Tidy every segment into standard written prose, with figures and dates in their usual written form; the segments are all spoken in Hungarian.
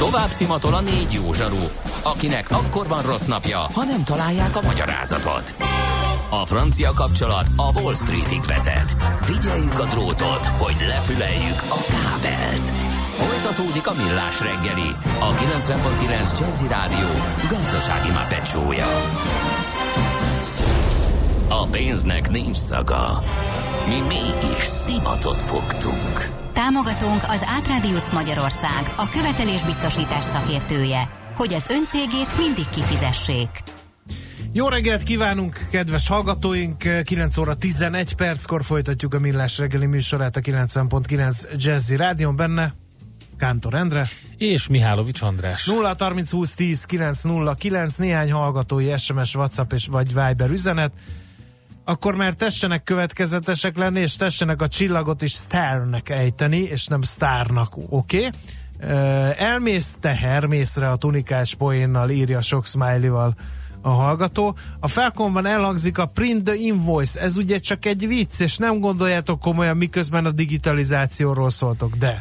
Tovább szimatol a 4 jó zsaru, akinek akkor van rossz napja, ha nem találják a magyarázatot. A francia kapcsolat a Wall Streetig vezet. Figyeljük a drótot, hogy lefüleljük a kábelt. Folytatódik a Millás reggeli, a 90.9 Jazzy Rádió gazdasági mápecsója. A pénznek nincs szaga. Mi mégis szimatot fogtunk. Támogatónk az Átradius Magyarország, a követelésbiztosítás szakértője, hogy az öncégét mindig kifizessék. Jó reggelt kívánunk, kedves hallgatóink! 9 óra 11 perckor folytatjuk a Millás reggeli műsorát a 90.9 Jazzy Rádión, benne Kántor Endre és Mihálovics András. 0-30 20 10 909, néhány hallgatói SMS, WhatsApp és vagy Viber üzenet. Akkor már tessenek következetesek lenni, és tessenek a csillagot is Starnek ejteni, és nem Starnak, oké? Elmész te Hermészre a tunikás poénnal, írja sok smiley-val a hallgató. A Falconban elhangzik a Print the Invoice, ez ugye csak egy vicc, és nem gondoljátok komolyan, miközben a digitalizációról szóltok, de...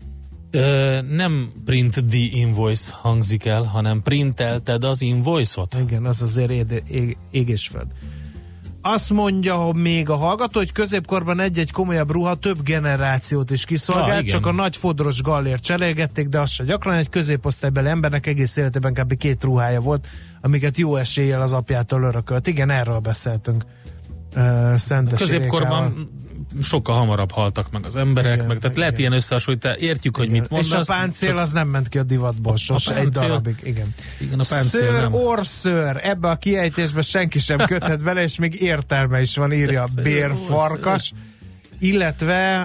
Nem Print the Invoice hangzik el, hanem printelted az invoice-ot? Igen, az azért ég és föld. Azt mondja, hogy még a hallgató, hogy középkorban egy-egy komolyabb ruha több generációt is kiszolgált, csak a nagy fodros gallért cserélgették, de az se gyakran. Egy középosztálybeli embernek egész életében kb. 2 ruhája volt, amiket jó eséllyel az apjától örökölt. Igen, erről beszéltünk. Középkorban sokkal hamarabb haltak meg az emberek, igen, meg, tehát lehet ilyen összehasonlítani, értjük, igen, hogy mit mondasz. És a páncél az nem ment ki a divatból, sose egy darabig. Igen, a páncél nem. Orszőr, ebbe a kiejtésbe senki sem köthet bele, és még értelme is van, írja Bérfarkas. Illetve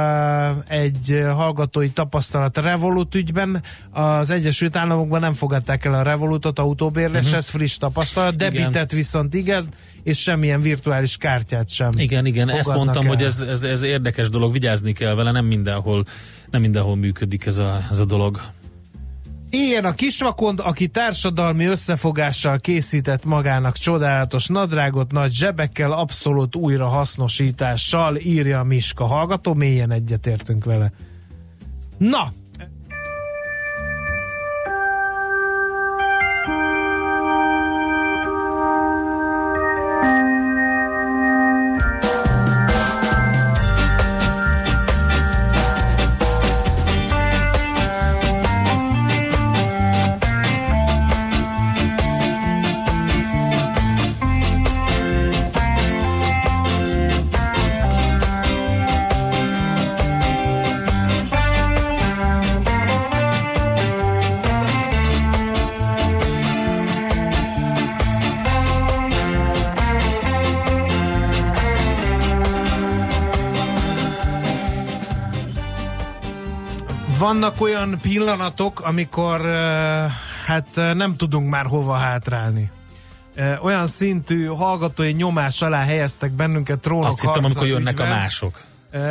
egy hallgatói tapasztalat Revolut ügyben. Az Egyesült Államokban nem fogadták el a Revolutot autóbérlés, ez friss tapasztalat, debitet viszont igen, és semmilyen virtuális kártyát sem. Igen, ezt mondtam, el. Hogy ez érdekes dolog, vigyázni kell vele, nem mindenhol működik ez a dolog. Ilyen a kisvakond, aki társadalmi összefogással készített magának csodálatos nadrágot, nagy zsebekkel, abszolút újrahasznosítással, írja Miska hallgató, mélyen egyetértünk vele. Na! Vannak olyan pillanatok, amikor nem tudunk már hova hátrálni. Olyan szintű hallgatói nyomás alá helyeztek bennünket trónok harca. Azt hittem, amikor jönnek a mások.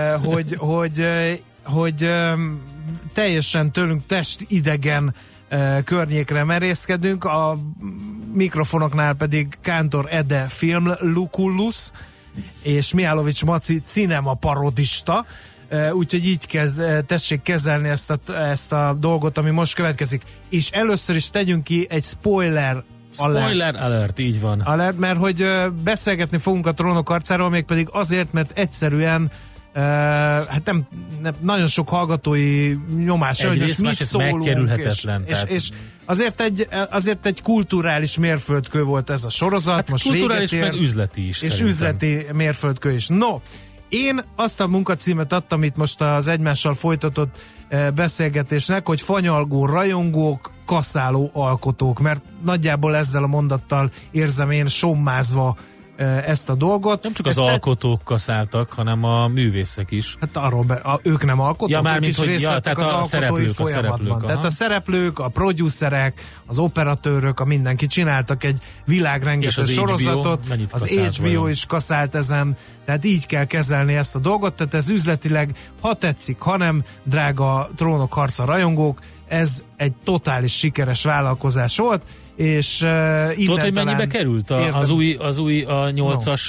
Hogy teljesen tőlünk testidegen környékre merészkedünk, a mikrofonoknál pedig Kántor Ede film Lucullus, és Mihálovics Maci cinema parodista. Úgyhogy így tessék kezelni ezt a dolgot, ami most következik. És először is tegyünk ki egy spoiler alert, így van. Alert, mert hogy beszélgetni fogunk a trónok arcáról, mégpedig azért, mert egyszerűen nem nagyon sok hallgatói nyomás, hogy most mit szólunk, megkerülhetetlen. És azért egy kulturális mérföldkő volt ez a sorozat. Hát most kulturális, meg üzleti is. És szerintem. üzleti mérföldkő is. No, én azt a munkacímet adtam itt most az egymással folytatott beszélgetésnek, hogy fanyalgó rajongók, kaszáló alkotók, mert nagyjából ezzel a mondattal érzem én sommázva ezt a dolgot. Nem csak az alkotók kaszáltak, hanem a művészek is. Hát arról ők nem alkotók, ja, ők is részt vettek az alkotói folyamatban. Tehát a szereplők, a producerek, az operatőrök, a mindenki csináltak egy világrengető sorozatot. Az HBO is kaszált ezen, tehát így kell kezelni ezt a dolgot, tehát ez üzletileg, ha tetszik, ha nem, drága trónok harca rajongók, ez egy totális sikeres vállalkozás volt, és tudod, hogy mennyibe került az új a 8-as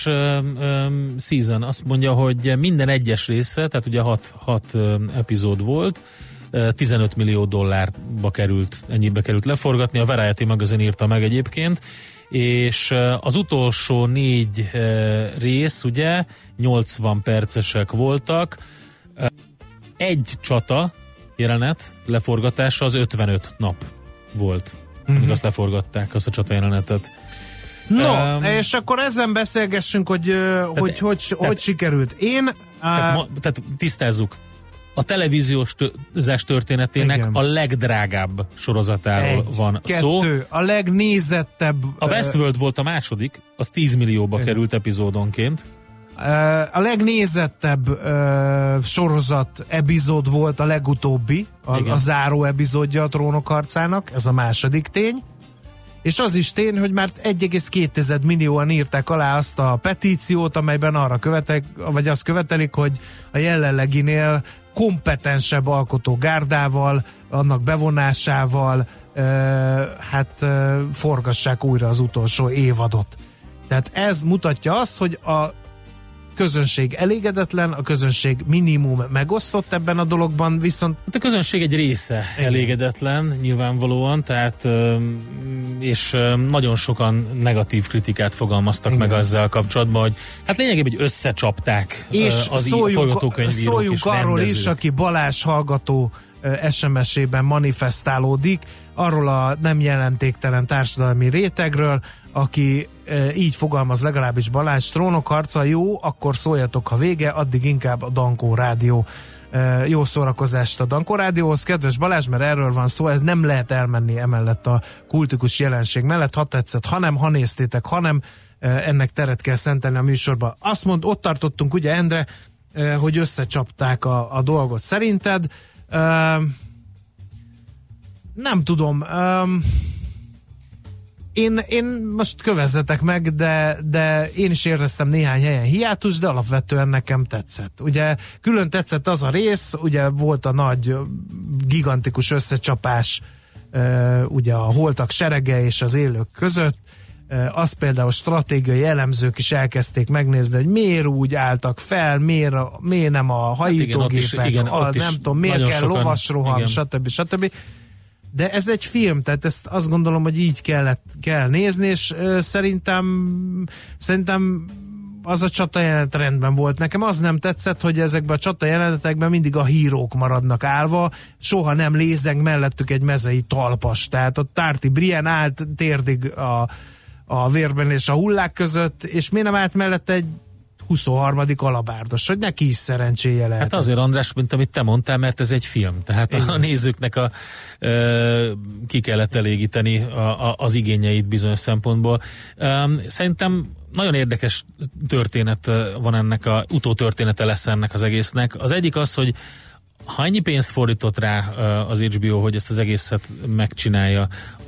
season? Azt mondja, hogy minden egyes része, tehát ugye 6 epizód volt, $15 millió ennyibe került leforgatni, a Variety magazin írta meg egyébként, és az utolsó 4 rész, ugye, 80 percesek voltak, egy csata jelenet leforgatása az 55 nap volt, amíg azt leforgatták, azt a csata jelenetet. No, és akkor ezen beszélgessünk, hogy sikerült. Tehát tisztázzuk. A televíziós történetének a legdrágább sorozatáról van szó. A legnézettebb. A Westworld volt a második, az 10 millióba került epizódonként. A legnézettebb sorozat epizód volt a legutóbbi, a záró epizódja a Trónok harcának, ez a második tény. És az is tény, hogy már 1,2 millióan írták alá azt a petíciót, amelyben arra azt követelik, hogy a jelenleginél kompetensebb alkotógárdával, annak bevonásával forgassák újra az utolsó évadot. Tehát ez mutatja azt, hogy a közönség elégedetlen, a közönség minimum megosztott ebben a dologban, viszont... A közönség egy része elégedetlen, nyilvánvalóan, tehát és nagyon sokan negatív kritikát fogalmaztak meg azzal kapcsolatban, hogy hát lényegében, hogy összecsapták és az forgatókönyvírók szóljunk és arról rendezők. is, aki Balázs hallgató SMS-ében manifestálódik, arról a nem jelentéktelen társadalmi rétegről, aki így fogalmaz, legalábbis Balázs: Trónok harca jó, akkor szóljatok, ha vége, addig inkább a Dankó Rádió. Jó szórakozást a Dankó Rádióhoz, kedves Balázs, mert erről van szó, ez nem lehet elmenni emellett a kultikus jelenség mellett, ha tetszett, ha néztétek, hanem ennek teret kell szentelni a műsorba. Azt mond, ott tartottunk, ugye, Endre, hogy összecsapták a dolgot. Szerinted nem tudom, én most kövezzetek meg, de én is éreztem néhány helyen hiátus, de alapvetően nekem tetszett. Ugye külön tetszett az a rész, ugye volt a nagy gigantikus összecsapás ugye a holtak serege és az élők között, azt például stratégiai elemzők is elkezdték megnézni, hogy miért úgy álltak fel, miért nem a hajítógépek, nem tudom, miért kell lovasroham, stb. De ez egy film, tehát ezt azt gondolom, hogy így kell nézni, és szerintem az a csata jelenet rendben volt. Nekem az nem tetszett, hogy ezekben a csata jelenetekben mindig a hírók maradnak állva, soha nem lézeng mellettük egy mezei talpas. Tehát ott Tárti Brienne állt térdig a vérben és a hullák között, és miért nem állt mellette egy 23. alabárdos, hogy neki is szerencséje lehet. Hát azért, András, mint amit te mondtál, mert ez egy film, tehát a nézőknek ki kellett elégíteni az igényeit bizonyos szempontból. Szerintem nagyon érdekes történet van ennek, utótörténete lesz ennek az egésznek. Az egyik az, hogy ha ennyi pénzt fordított rá az HBO, hogy ezt az egészet megcsinálja,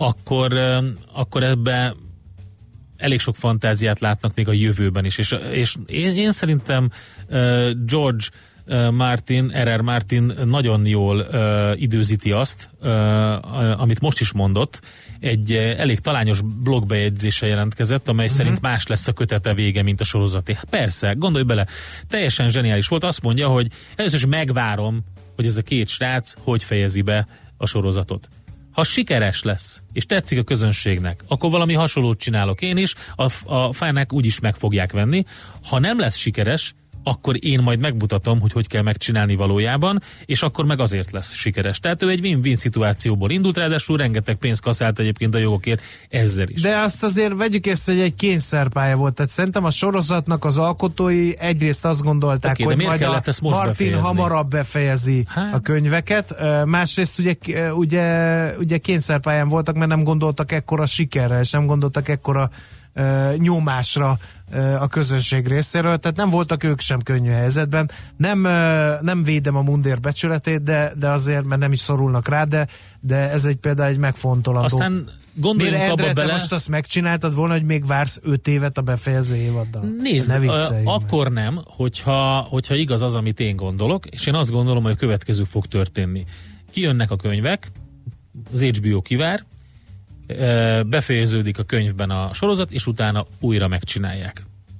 akkor ebben elég sok fantáziát látnak még a jövőben is, és én szerintem George R.R. Martin nagyon jól időzíti azt, amit most is mondott. Egy elég talányos blogbejegyzése jelentkezett, amely szerint más lesz a kötete vége, mint a sorozaté. Hát persze, gondolj bele, teljesen zseniális volt. Azt mondja, hogy először is megvárom, hogy ez a két srác hogy fejezi be a sorozatot. Ha sikeres lesz, és tetszik a közönségnek, akkor valami hasonlót csinálok én is, a fának úgyis meg fogják venni. Ha nem lesz sikeres, akkor én majd megmutatom, hogy kell megcsinálni valójában, és akkor meg azért lesz sikeres. Tehát ő egy win-win szituációból indult, ráadásul rengeteg pénzt kaszált egyébként a jogokért ezzel is. De azt azért vegyük észre, hogy egy kényszerpálya volt. Tehát szerintem a sorozatnak az alkotói egyrészt azt gondolták, hogy majd a Martin hamarabb befejezi a könyveket. Másrészt ugye kényszerpályán voltak, mert nem gondoltak ekkora sikerre, és nem gondoltak ekkora nyomásra a közönség részéről, tehát nem voltak ők sem könnyű helyzetben. Nem védem a mundér becsületét, de azért, mert nem is szorulnak rá, de ez például egy megfontolandó. Aztán gondoljunk abba bele. Most azt megcsináltad volna, hogy még vársz 5 évet a befejező évaddal? Nézd, akkor nem, hogyha igaz az, amit én gondolok, és én azt gondolom, hogy a következő fog történni. Kijönnek a könyvek, az HBO kivár, befejeződik a könyvben a sorozat, és utána újra megcsinálják.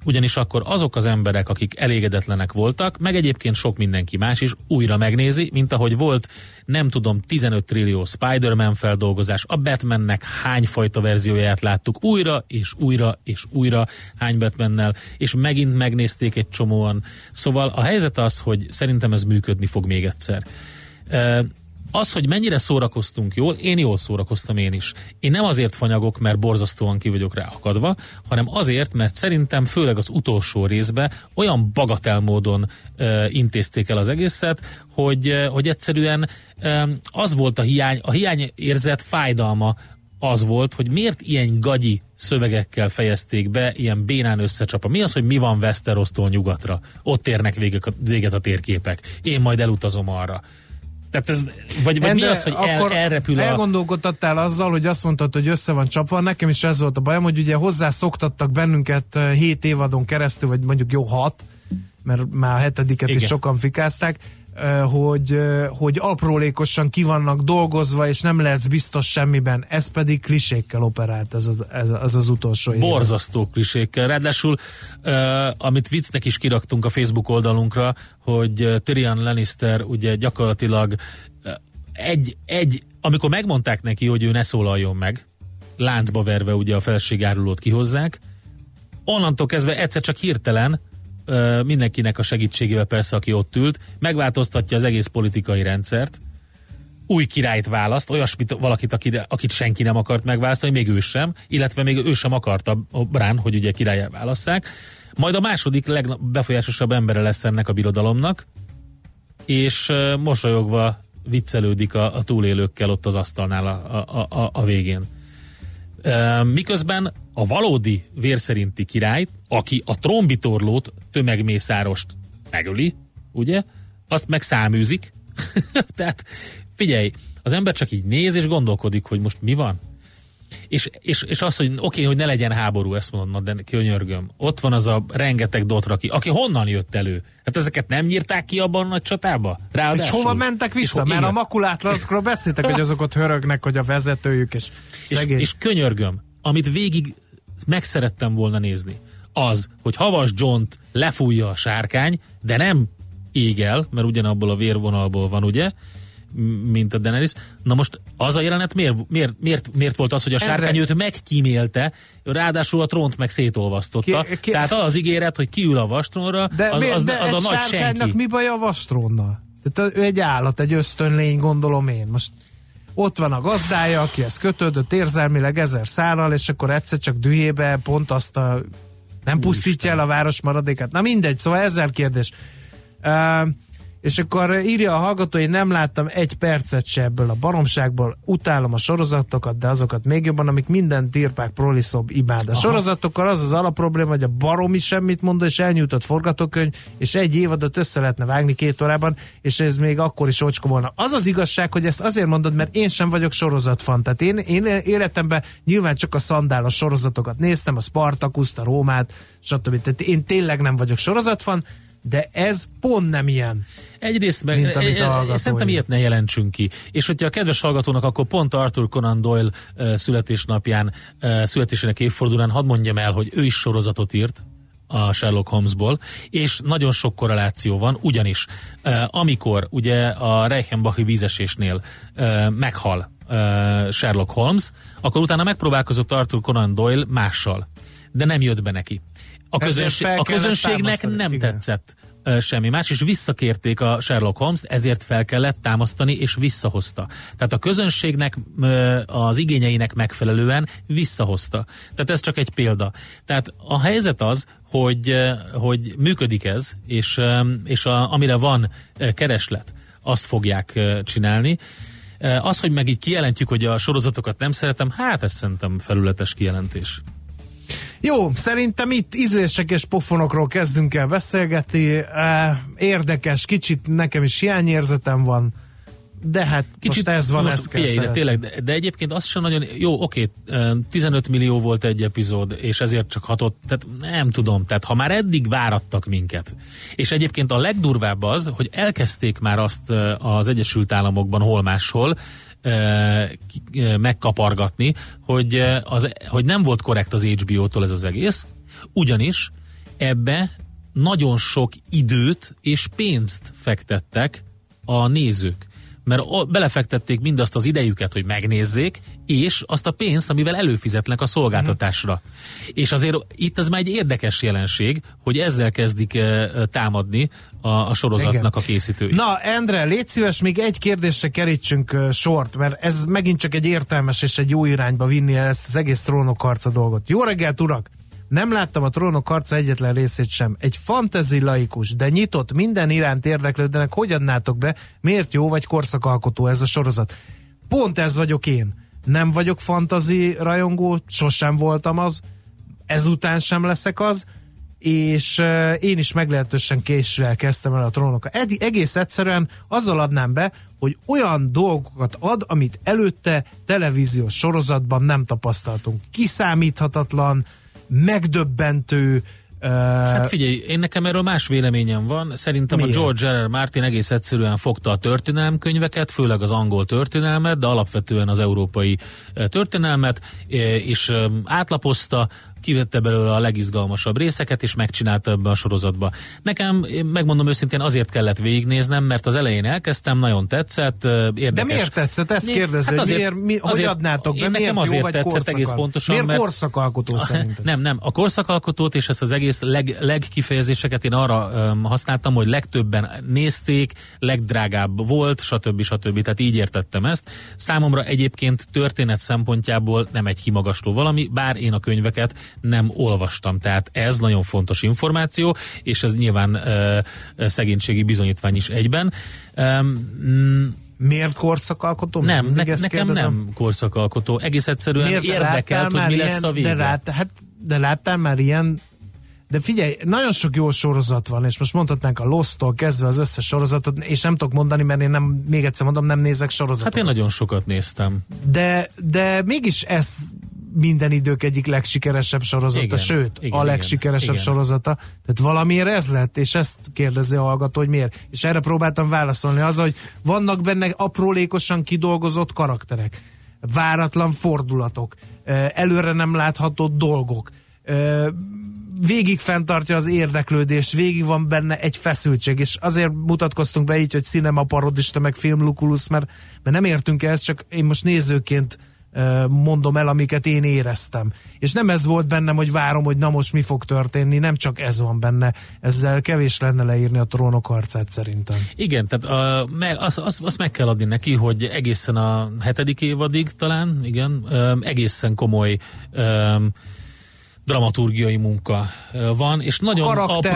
ugyanis akkor azok az emberek, akik elégedetlenek voltak, meg egyébként sok mindenki más is újra megnézi, mint ahogy volt, nem tudom, 15 trillió Spider-Man feldolgozás, a Batmannek hányfajta verzióját láttuk újra, és újra, és újra, hány Batmannel, és megint megnézték egy csomóan. Szóval a helyzet az, hogy szerintem ez működni fog még egyszer. Az, hogy mennyire szórakoztunk jól, én jól szórakoztam én is. Én nem azért fanyagok, mert borzasztóan ki vagyok rá akadva, hanem azért, mert szerintem főleg az utolsó részben olyan bagatel módon intézték el az egészet, hogy egyszerűen az volt a hiány érzet fájdalma az volt, hogy miért ilyen gagyi szövegekkel fejezték be, ilyen bénán összecsapva. Mi az, hogy mi van Westerostól nyugatra? Ott érnek véget a térképek. Én majd elutazom arra. Tehát ez, vagy mi az, hogy elrepül a... Elgondolkodtattál azzal, hogy azt mondtad, hogy össze van csapva. Nekem is ez volt a bajom, hogy ugye hozzászoktattak bennünket 7 évadon keresztül, vagy mondjuk jó 6, mert már a 7-et is sokan fikázták, hogy aprólékosan ki vannak dolgozva, és nem lesz biztos semmiben. Ez pedig klisékkel operált, ez az utolsó év. Borzasztó klisékkel. Ráadásul, amit viccnek is kiraktunk a Facebook oldalunkra, hogy Tyrion Lannister ugye gyakorlatilag amikor megmondták neki, hogy ő ne szólaljon meg, láncba verve ugye a felségárulót kihozzák, onnantól kezdve egyszer csak hirtelen mindenkinek a segítségével persze, aki ott ült, megváltoztatja az egész politikai rendszert, új királyt választ, olyasmit valakit, akit senki nem akart megválasztani, még ő sem, illetve még ő sem akarta Bran, hogy ugye királyá válasszák. Majd a második legbefolyásosabb embere lesz ennek a birodalomnak, és mosolyogva viccelődik a túlélőkkel ott az asztalnál a végén. Miközben a valódi vérszerinti királyt, aki a trónbitorlót, tömegmészárost megöli, ugye, azt meg száműzik. Tehát figyelj, az ember csak így néz és gondolkodik, hogy most mi van. És az, hogy oké, hogy ne legyen háború, ezt mondom, de könyörgöm. Ott van az a rengeteg Dothraki, aki honnan jött elő? Hát ezeket nem nyírták ki abban a nagy csatába? Ráadásul. És hova mentek vissza? Mert a makulátlanokról beszéltek, hogy azok ott hörögnek, hogy a vezetőjük és szegény. És könyörgöm, amit végig meg szerettem volna nézni, az, hogy Havas Johnt lefújja a sárkány, de nem ég el, mert ugyanabból a vérvonalból van, ugye, mint a Daenerys. Na most az a jelenet miért volt az, hogy a sárkány őt megkímélte, ráadásul a trónt meg szétolvasztotta. Tehát az ígéret, hogy kiül a vastrónra, az a nagy senki. Mi baj a vastrónnal? Tehát ő egy állat, egy ösztönlény, gondolom én. Most ott van a gazdája, aki ezt kötődött érzelmileg 1000 szálal, és akkor egyszer csak dühébe pont azt nem pusztítja el a város maradékát. Na mindegy, szóval 1000 kérdés. És akkor írja a hallgató, hogy nem láttam egy percet se ebből a baromságból, utálom a sorozatokat, de azokat még jobban, amik minden tirpák, proliszob, imád. A sorozatokkal az az alapprobléma, hogy a baromi semmit mondó és elnyújtott forgatókönyv, és egy évadot össze lehetne vágni 2 órában, és ez még akkor is ocska volna. Az az igazság, hogy ezt azért mondod, mert én sem vagyok sorozatfan. Tehát én életemben nyilván csak a szandálos sorozatokat néztem, a Spartacust, a Rómát, stb. Tehát én tényleg nem vagyok sorozatfan, de ez pont nem ilyen. Egyrészt meg szerintem ilyet ne jelentsünk ki. És hogyha a kedves hallgatónak akkor pont Arthur Conan Doyle születésének évfordulán hadd mondjam el, hogy ő is sorozatot írt a Sherlock Holmesból, és nagyon sok korreláció van, ugyanis amikor ugye a Reichenbachi vízesésnél meghal Sherlock Holmes, akkor utána megpróbálkozott Arthur Conan Doyle mással, de nem jött be neki. A közönségnek nem tetszett semmi más, és visszakérték a Sherlock Holmes-t, ezért fel kellett támasztani, és visszahozta. Tehát a közönségnek az igényeinek megfelelően visszahozta. Tehát ez csak egy példa. Tehát a helyzet az, hogy működik ez, és amire van kereslet, azt fogják csinálni. Az, hogy meg így kijelentjük, hogy a sorozatokat nem szeretem, hát ez szerintem felületes kijelentés. Jó, szerintem itt ízlések és pofonokról kezdünk el beszélgetni. Érdekes, kicsit nekem is hiányérzetem van, de hát kicsit most ez van, ezt kell figyelj, tényleg, de egyébként az sem nagyon jó, oké, 15 millió volt egy epizód, és ezért csak 6, tehát nem tudom, tehát ha már eddig várattak minket, és egyébként a legdurvább az, hogy elkezdték már azt az Egyesült Államokban hol máshol megkapargatni, hogy nem volt korrekt az HBO-tól ez az egész, ugyanis ebbe nagyon sok időt és pénzt fektettek a nézők. Mert belefektették mindazt az idejüket, hogy megnézzék, és azt a pénzt, amivel előfizetnek a szolgáltatásra. És azért itt ez már egy érdekes jelenség, hogy ezzel kezdik támadni a sorozatnak a készítői. Na, Endre, légy szíves, még egy kérdésre kerítsünk sort, mert ez megint csak egy értelmes és egy jó irányba vinni ezt az egész Trónok harca dolgot. Jó reggelt, urak! Nem láttam a Trónok harca egyetlen részét sem. Egy fantasy laikus, de nyitott, minden iránt érdeklődőnek, hogy adnátok be, miért jó vagy korszakalkotó ez a sorozat? Pont ez vagyok én. Nem vagyok fantasy rajongó, sosem voltam az, ezután sem leszek az, és én is meglehetősen később kezdtem el a Trónokat. Egész egyszerűen azzal adnám be, hogy olyan dolgokat ad, amit előtte televíziós sorozatban nem tapasztaltunk. Kiszámíthatatlan, megdöbbentő. Hát figyelj, én nekem erről más véleményem van. Szerintem miért? A George R. R. Martin egész egyszerűen fogta a történelemkönyveket, főleg az angol történelmet, de alapvetően az európai történelmet, és átlapozta, kivette belőle a legizgalmasabb részeket, és megcsinálta ebbe a sorozatba. Nekem, megmondom őszintén, azért kellett végignéznem, mert az elején elkezdtem, nagyon tetszett, érdekes. De miért tetszett? Ezt kérdező, hát hogy adnátok be, nekem miért jó vagy tetszett egész pontosan, miért korszakalkotó szerinted? Nem, a korszakalkotót és ezt az egész legkifejezéseket én arra használtam, hogy legtöbben nézték, legdrágább volt, stb. Tehát így értettem ezt. Számomra egyébként történet szempontjából nem egy kimagasló valami, bár én a könyveket nem olvastam, tehát ez nagyon fontos információ, és ez nyilván szegénységi bizonyítvány is egyben. Miért korszakalkotó? Nem, nekem nem korszakalkotó. Egész egyszerűen miért érdekelt, hogy mi lesz a vége. De láttál már ilyen. De figyelj, nagyon sok jó sorozat van, és most mondhatnánk a Lost-tól kezdve az összes sorozatot, és nem tudok mondani, mert én nem, még egyszer mondom, nem nézek sorozatot. Hát én nagyon sokat néztem. De mégis ez minden idők egyik legsikeresebb sorozata, igen, sőt, igen, a legsikeresebb sorozata. Tehát valamiért ez lett, és ezt kérdezi a hallgató, hogy miért. És erre próbáltam válaszolni azzal, hogy vannak benne aprólékosan kidolgozott karakterek, váratlan fordulatok, előre nem látható dolgok, végig fenntartja az érdeklődést, végig van benne egy feszültség, és azért mutatkoztunk be így, hogy cinema parodista, meg filmlukulus, mert nem értünk ezt, csak én most nézőként mondom el, amiket én éreztem. És nem ez volt bennem, hogy várom, hogy na most mi fog történni, nem csak ez van benne. Ezzel kevés lenne leírni a Trónok harcát szerintem. Igen, tehát azt meg kell adni neki, hogy egészen a 7. évadig talán, igen, egészen komoly dramaturgiai munka van, és nagyon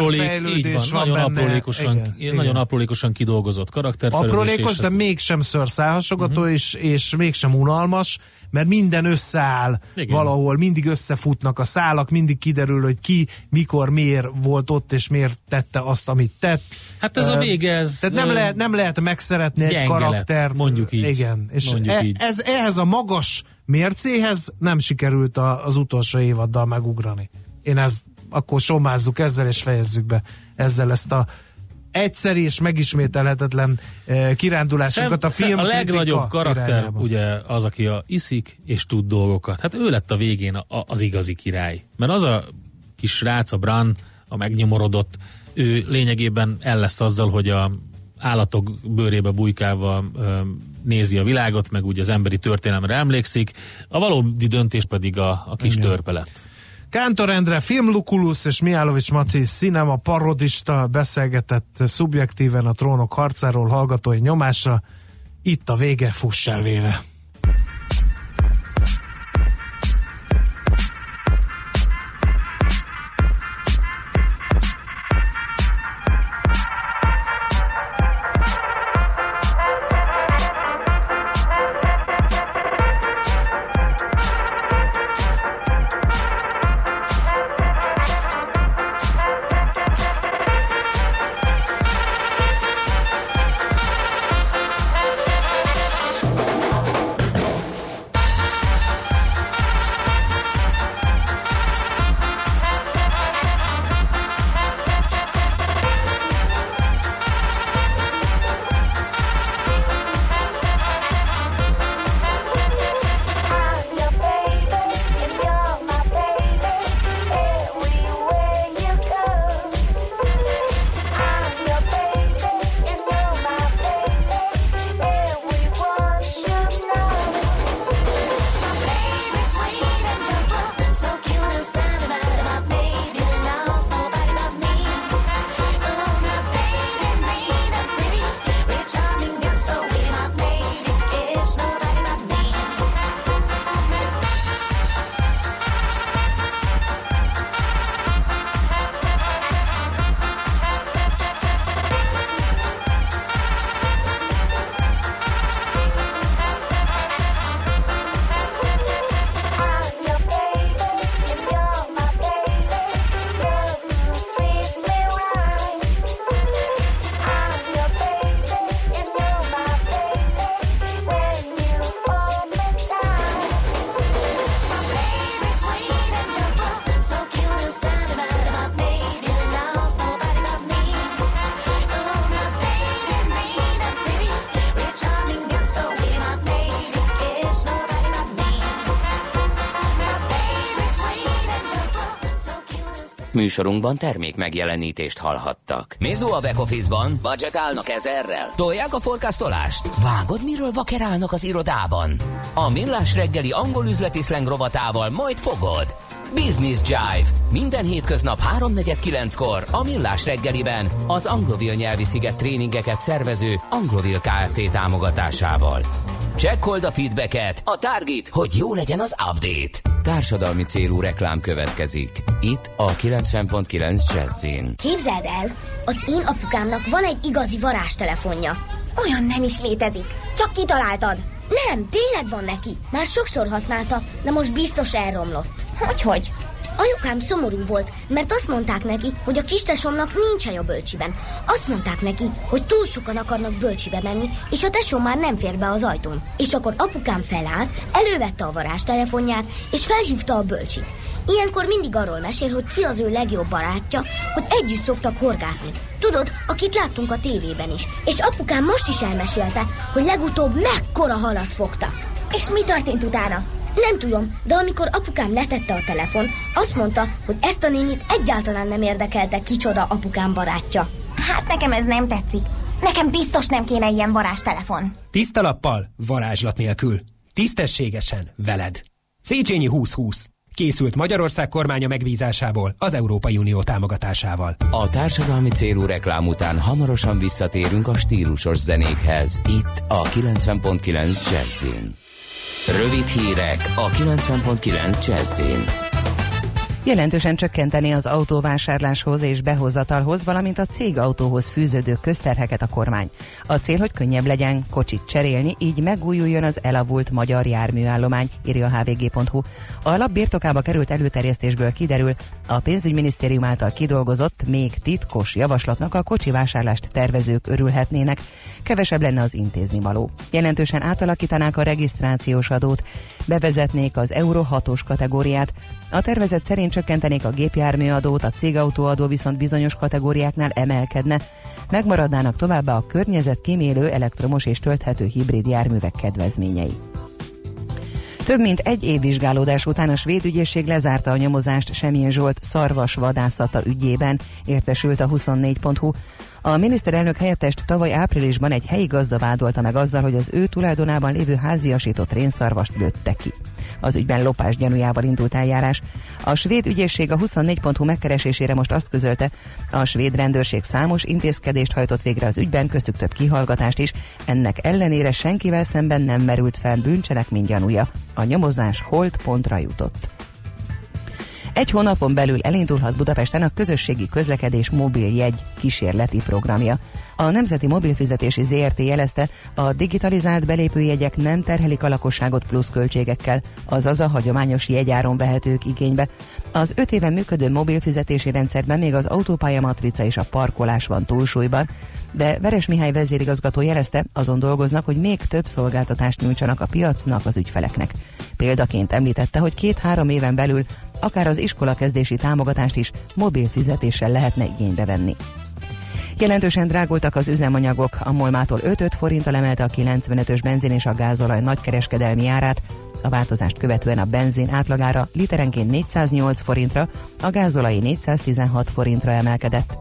aprólékosan kidolgozott karakterfejlődés. Aprólékos, de mégsem szőrszálhasogató, és mégsem unalmas, mert minden összeáll valahol, mindig összefutnak a szálak, mindig kiderül, hogy ki, mikor, miért volt ott, és miért tette azt, amit tett. Hát ez a vége, ez... Tehát nem lehet megszeretni egy karaktert. Mondjuk így. Igen, és ehhez a magas mércéhez nem sikerült az utolsó évaddal megugrani. Akkor somázzuk ezzel, és fejezzük be ezzel ezt a egyszeri és megismételhetetlen kirándulásokat a film. A legnagyobb karakter irányába. Ugye az, aki iszik és tud dolgokat. Hát ő lett a végén az igazi király. Mert az a kis srác, a Bran, a megnyomorodott, ő lényegében el lesz azzal, hogy a állatok bőrébe bujkálva nézi a világot, meg úgy az emberi történelemre emlékszik. A valódi döntés pedig a kis törpe lett. Kántor Endre, filmlukulus és Mihálovics Maci cinema parodista beszélgetett szubjektíven a Trónok harcáról hallgatói nyomásra. Itt a vége, fuss el véle! Műsorunkban termék megjelenítést hallhattak. Mizu a back office-ban? Budgetálnak 1000-rel? Tolják a forecastolást? Vágod, miről vakerálnak az irodában? A Millás reggeli angol üzleti szleng rovatával majd fogod. Business Jive. Minden hétköznap 3:49-kor a Millás reggeliben az Anglovil nyelvi sziget tréningeket szervező Anglovil Kft. Támogatásával. Csekkold a feedbacket, a Target, hogy jó legyen az update. Társadalmi célú reklám következik. Itt a 90.9 Jazzin. Képzeld el, az én apukámnak van egy igazi varázstelefonja. Olyan nem is létezik. Csak kitaláltad. Nem, tényleg van neki. Már sokszor használta, de most biztos elromlott. Hogy? Anyukám szomorú volt, mert azt mondták neki, hogy a kistesomnak nincs hely a bölcsiben. Azt mondták neki, hogy túl sokan akarnak bölcsibe menni, és a tesom már nem fér be az ajtón. És akkor apukám felállt, elővette a varázstelefonját, és felhívta a bölcsit. Ilyenkor mindig arról mesél, hogy ki az ő legjobb barátja, hogy együtt szoktak horgászni. Tudod, akit láttunk a tévében is. És apukám most is elmesélte, hogy legutóbb mekkora halat fogta. És mi történt utána? Nem tudom, de amikor apukám letette a telefont, azt mondta, hogy ezt a nénit egyáltalán nem érdekelte, kicsoda apukám barátja. Hát nekem ez nem tetszik. Nekem biztos nem kéne ilyen varázstelefon. Tiszta lappal, varázslat nélkül. Tisztességesen, veled. Széchenyi 2020. Készült Magyarország kormánya megbízásából, az Európai Unió támogatásával. A társadalmi célú reklám után hamarosan visszatérünk a stílusos zenékhez. Itt a 90.9 Jazzin. Rövid hírek a 90.9 Jazzin. Jelentősen csökkenteni az autóvásárláshoz és behozatalhoz, valamint a cégautóhoz fűződő közterheket a kormány. A cél, hogy könnyebb legyen kocsit cserélni, így megújuljon az elavult magyar járműállomány, írja a hvg.hu. A lap birtokába került előterjesztésből kiderül, a pénzügyminisztérium által kidolgozott, még titkos javaslatnak a kocsivásárlást tervezők örülhetnének, kevesebb lenne az intéznivaló. Jelentősen átalakítanák a regisztrációs adót, bevezetnék az Euro 6-os kategóriát, a tervezet szerint csökkentenék a gépjárműadót, a cégautóadó viszont bizonyos kategóriáknál emelkedne, megmaradnának továbbá a környezetkímélő elektromos és tölthető hibrid járművek kedvezményei. Több mint egy év vizsgálódás után a svéd ügyészség lezárta a nyomozást Semjén Zsolt szarvasvadászata ügyében, értesült a 24.hu. A miniszterelnök helyettest tavaly áprilisban egy helyi gazda vádolta meg azzal, hogy az ő tulajdonában lévő háziasított rénszarvast lőtte ki. Az ügyben lopás gyanújával indult eljárás. A svéd ügyészség a 24.hu megkeresésére most azt közölte, a svéd rendőrség számos intézkedést hajtott végre az ügyben, köztük több kihallgatást is, ennek ellenére senkivel szemben nem merült fel bűncselekmény gyanúja. A nyomozás holtpontra jutott. Egy hónapon belül elindulhat Budapesten a közösségi közlekedés mobiljegy kísérleti programja. A Nemzeti Mobilfizetési Zrt. Jelezte, a digitalizált belépőjegyek nem terhelik a lakosságot plusz költségekkel, azaz a hagyományos jegyáron vehetők igénybe. Az 5 éven működő mobilfizetési rendszerben még az autópályamatrica és a parkolás van túlsúlyban, de Veres Mihály vezérigazgató jelezte, azon dolgoznak, hogy még több szolgáltatást nyújtsanak a piacnak, az ügyfeleknek. Példaként említette, hogy 2-3 éven belül akár az iskolakezdési támogatást is mobil fizetéssel lehetne igénybe venni. Jelentősen drágultak az üzemanyagok, a MOL-mától 5-5 forinttal emelte a 95-ös benzin és a gázolaj nagykereskedelmi árát. A változást követően a benzin átlagára literenként 408 forintra, a gázolai 416 forintra emelkedett.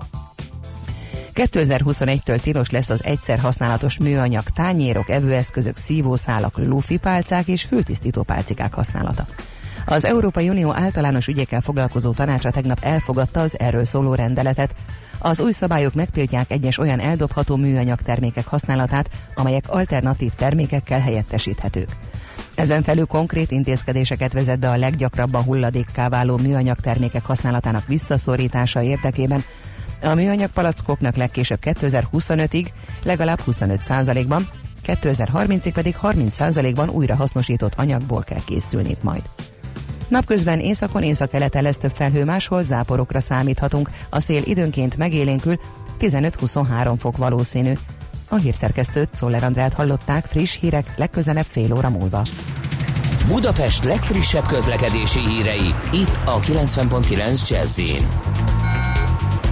2021-től tilos lesz az egyszer használatos műanyag tányérok, evőeszközök, szívószálak, lufipálcák és fültisztító pálcikák használata. Az Európai Unió általános ügyekkel foglalkozó tanácsa tegnap elfogadta az erről szóló rendeletet. Az új szabályok megtiltják egyes olyan eldobható műanyag termékek használatát, amelyek alternatív termékekkel helyettesíthetők. Ezen felül konkrét intézkedéseket vezet be a leggyakrabban hulladékká váló műanyag termékek használatának visszaszorítása érdekében. A műanyag palackoknak legkésőbb 2025-ig legalább 25%-ban, 2030-ig pedig 30%-ban újra hasznosított anyagból kell készülniük majd. Napközben északon északkeleten lesz több felhő, máshol záporokra számíthatunk, a szél időnként megélénkül, 15-23 fok valószínű. A hírszerkesztőt, Czoller Andrát hallották, friss hírek legközelebb fél óra múlva. Budapest legfrissebb közlekedési hírei, itt a 90.9 Jazzin.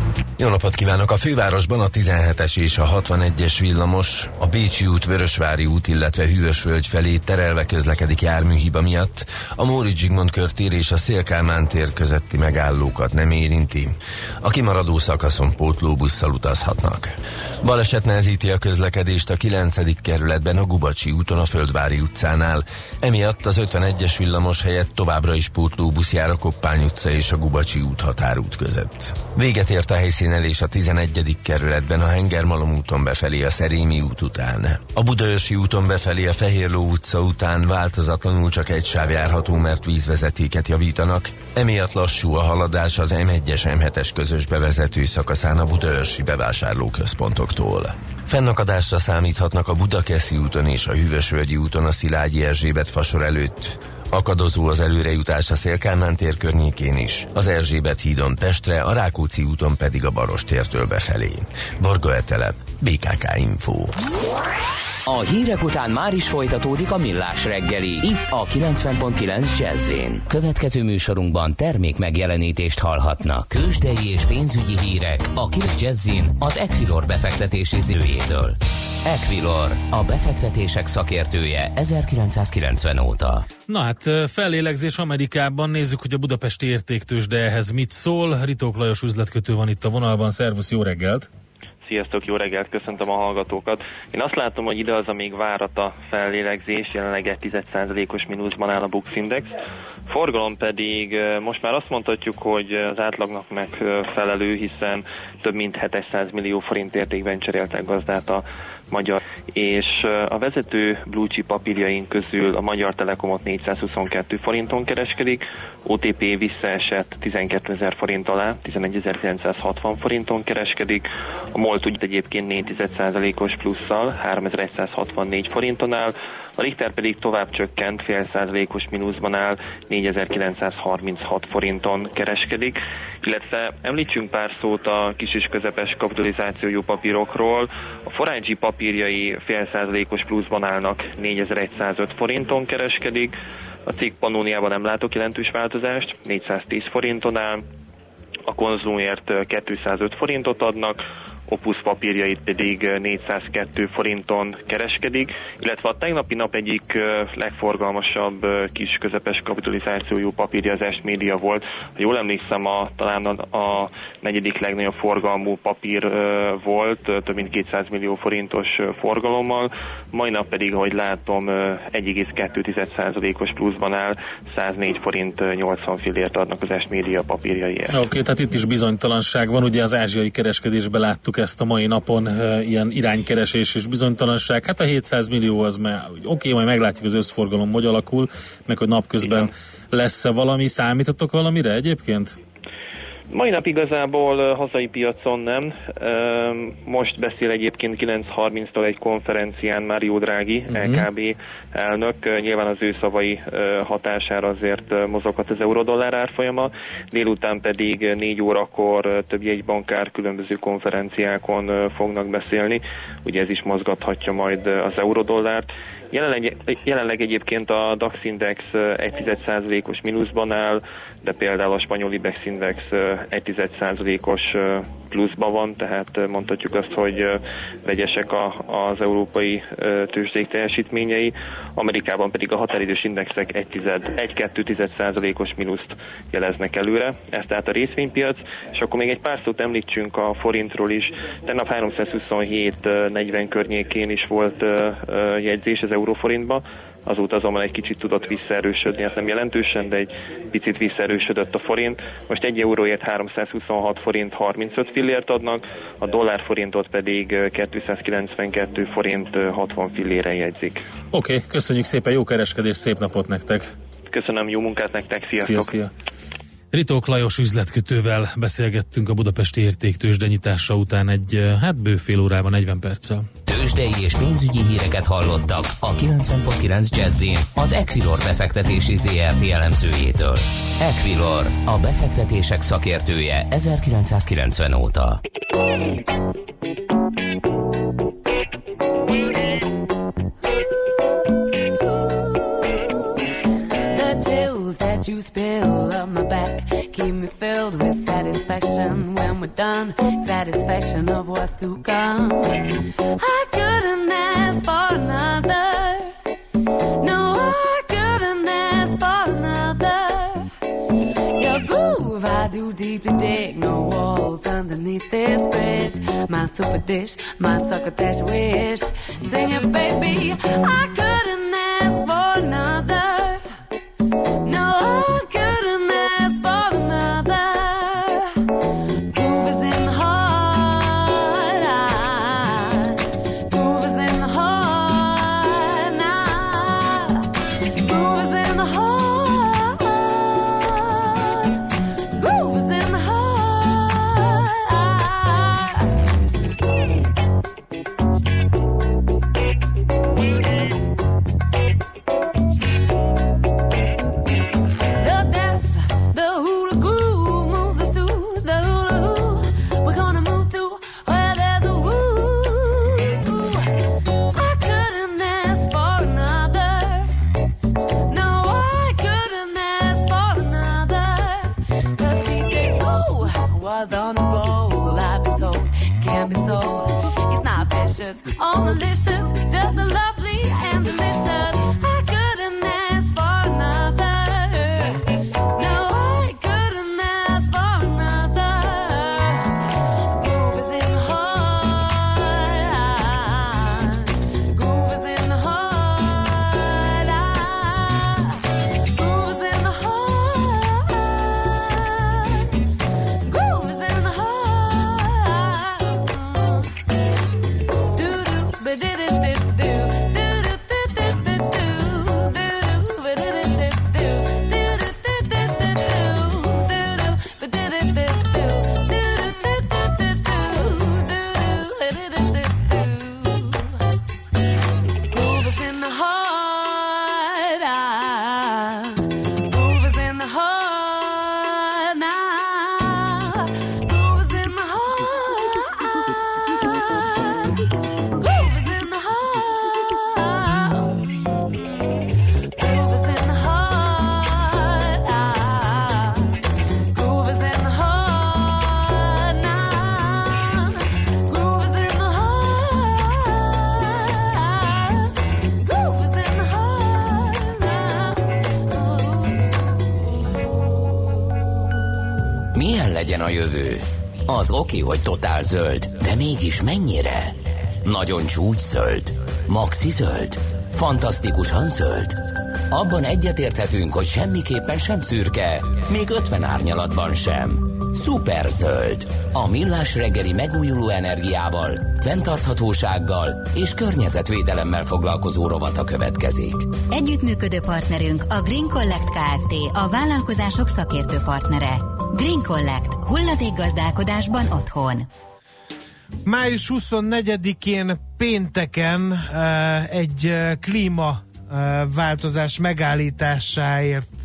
Jó napot kívánok! A fővárosban a 17-es és a 61-es villamos, a Bécsi út, Vörösvári út, illetve Hűvösvölgy felé terelve közlekedik járműhiba miatt. A Móricz Zsigmond körtér és a Széll-Kálmán tér közötti megállókat nem érinti. A kimaradó szakaszon pótlóbusszal utazhatnak. Baleset nehezíti a közlekedést a 9. kerületben a Gubacsi úton a Földvári utcánál. Emiatt az 51-es villamos helyett továbbra is pótlóbusz jár a Koppány utca és a Gubacsi út határút között. Véget ért a helyszínelés a 11. kerületben a Hengermalom úton befelé a Szerémi út után. A Budaörsi úton befelé a Fehérló utca után változatlanul csak egy sáv járható, mert vízvezetéket javítanak. Emiatt lassú a haladás az M1-es M7-es közös bevezető szakaszán a budaörsi bevásárlóközpontoktól. Fennakadásra számíthatnak a Budakeszi úton és a Hűvösvölgyi úton a Szilágyi Erzsébet fasor előtt. Akadozó az előrejutás a Széll-Kálmán tér környékén is, az Erzsébet hídon Pestre, a Rákóczi úton pedig a Barostértől befelé. Varga Etele, BKK Info. A hírek után már is folytatódik a Millás reggeli, itt a 90.9 Jazz-én. Következő műsorunkban termék megjelenítést hallhatnak. Tőzsdei és pénzügyi hírek a 9 Jazz-én az Equilor befektetési ZRT-től. Equilor, a befektetések szakértője 1990 óta. Na hát, fellélegzés Amerikában, nézzük, hogy a budapesti értéktőzsde ehhez mit szól. Ritók Lajos üzletkötő van itt a vonalban, szervusz, jó reggelt! Sziasztok, jó reggelt, köszöntöm a hallgatókat. Én azt látom, hogy ide az, amíg várat a fellélegzés, jelenleg 10%-os mínuszban áll a Bux Index. Forgalom pedig most már azt mondhatjuk, hogy az átlagnak megfelelő, hiszen több mint 700 millió forint értékben cseréltek gazdát a magyar, és a vezető blue chip papírjaink közül a Magyar Telekomot 422 forinton kereskedik, OTP visszaesett 12.000 forint alá, 11.960 forinton kereskedik, a MOL úgy egyébként 4%-os plusszal 3.164 forinton áll, a Richter pedig tovább csökkent, fél százalékos mínuszban áll, 4.936 forinton kereskedik, illetve említsünk pár szót a kis és közepes kapitalizációjú papírokról. A Forágyi papírjai fél százalékos pluszban állnak, 4.105 forinton kereskedik, a cég Pannóniában nem látok jelentős változást, 410 forinton áll, a Konzumért 205 forintot adnak, Opus papírjait pedig 402 forinton kereskedik, illetve a tegnapi nap egyik legforgalmasabb kis közepes kapitalizációjú papírja az S-Media volt. Ha jól emlékszem, talán a negyedik legnagyobb forgalmú papír volt, több mint 200 millió forintos forgalommal, mai nap pedig, ahogy látom, 1,2%-os pluszban áll, 104 forint 80 fillért adnak az S-Media papírjaiért. Oké, tehát itt is bizonytalanság van, ugye az ázsiai kereskedésben láttuk ezt a mai napon, ilyen iránykeresés és bizonytalanság. Hát a 700 millió az már oké, majd meglátjuk az összforgalom, hogy alakul, meg hogy napközben lesz-e valami, számítotok valamire egyébként? Mai nap igazából hazai piacon nem. Most beszél egyébként 9:30-tól egy konferencián Mário Draghi, LKB elnök. Nyilván az ő szavai hatására azért mozoghat az euró-dollár árfolyama. Délután pedig 4 órakor több jegybankár különböző konferenciákon fognak beszélni. Ugye ez is mozgathatja majd az euró-dollárt. Jelenleg egyébként a DAX Index 1,1%-os mínuszban áll, de például a spanyol IBEX Index 1,1%-os pluszban van, tehát mondhatjuk azt, hogy vegyesek az európai tőzsdék teljesítményei. Amerikában pedig a határidős indexek 1,2%-os mínuszt jeleznek előre. Ez tehát a részvénypiac, és akkor még egy pár szót említsünk a forintról is. Tegnap 327,40 környékén is volt jegyzés az euróforintba, azóta azonban egy kicsit tudott visszaerősödni, hát nem jelentősen, de egy picit visszaerősödött a forint. Most 1 euróért 326 forint 35 fillért adnak, a dollárforintot pedig 292 forint 60 fillére jegyzik. Oké, köszönjük szépen, jó kereskedés, szép napot nektek! Köszönöm, jó munkát nektek, sziasztok! Szia. Ritók Lajos üzletkötővel beszélgettünk a budapesti értéktőzsde nyitása után egy bő fél órában, 40 perccel. Tőzsdei és pénzügyi híreket hallottak a 90.9 Jazz-in az Equilor befektetési ZRT elemzőjétől. Equilor, a befektetések szakértője 1990 óta. The tales that that you spill up my back. Keep me filled with satisfaction when we're done. Satisfaction of what's to come. I couldn't ask for another. No, I couldn't ask for another. Your groove I do deeply dig. No walls underneath this bridge. My super dish, my succotash wish. Sing it, baby. I couldn't ask for another. No, I couldn't ask for another. Groove is in the heart. Groove is in the heart now. Groove is in the heart. Groove is in the heart. On the roll, I've been told it can't be sold. It's not vicious or malicious, just a lovely and delicious. I couldn't ask for another. No, I couldn't ask for another. Groove is in the heart. Groove is in the heart. Groove is in the heart. Groove is in the heart. Legyen a jövő. Az oké, hogy totál zöld, de mégis mennyire? Nagyon csúcs zöld? Maxi zöld? Fantasztikusan zöld? Abban egyetérthetünk, hogy semmiképpen sem szürke, még 50 árnyalatban sem. Szuper zöld. A Millás reggeli megújuló energiával, fenntarthatósággal és környezetvédelemmel foglalkozó rovata következik. Együttműködő partnerünk a Green Collect Kft. A vállalkozások szakértő partnere. Green Collect. Hulladékgazdálkodásban otthon. Május 24-én pénteken egy klímaváltozás megállításáért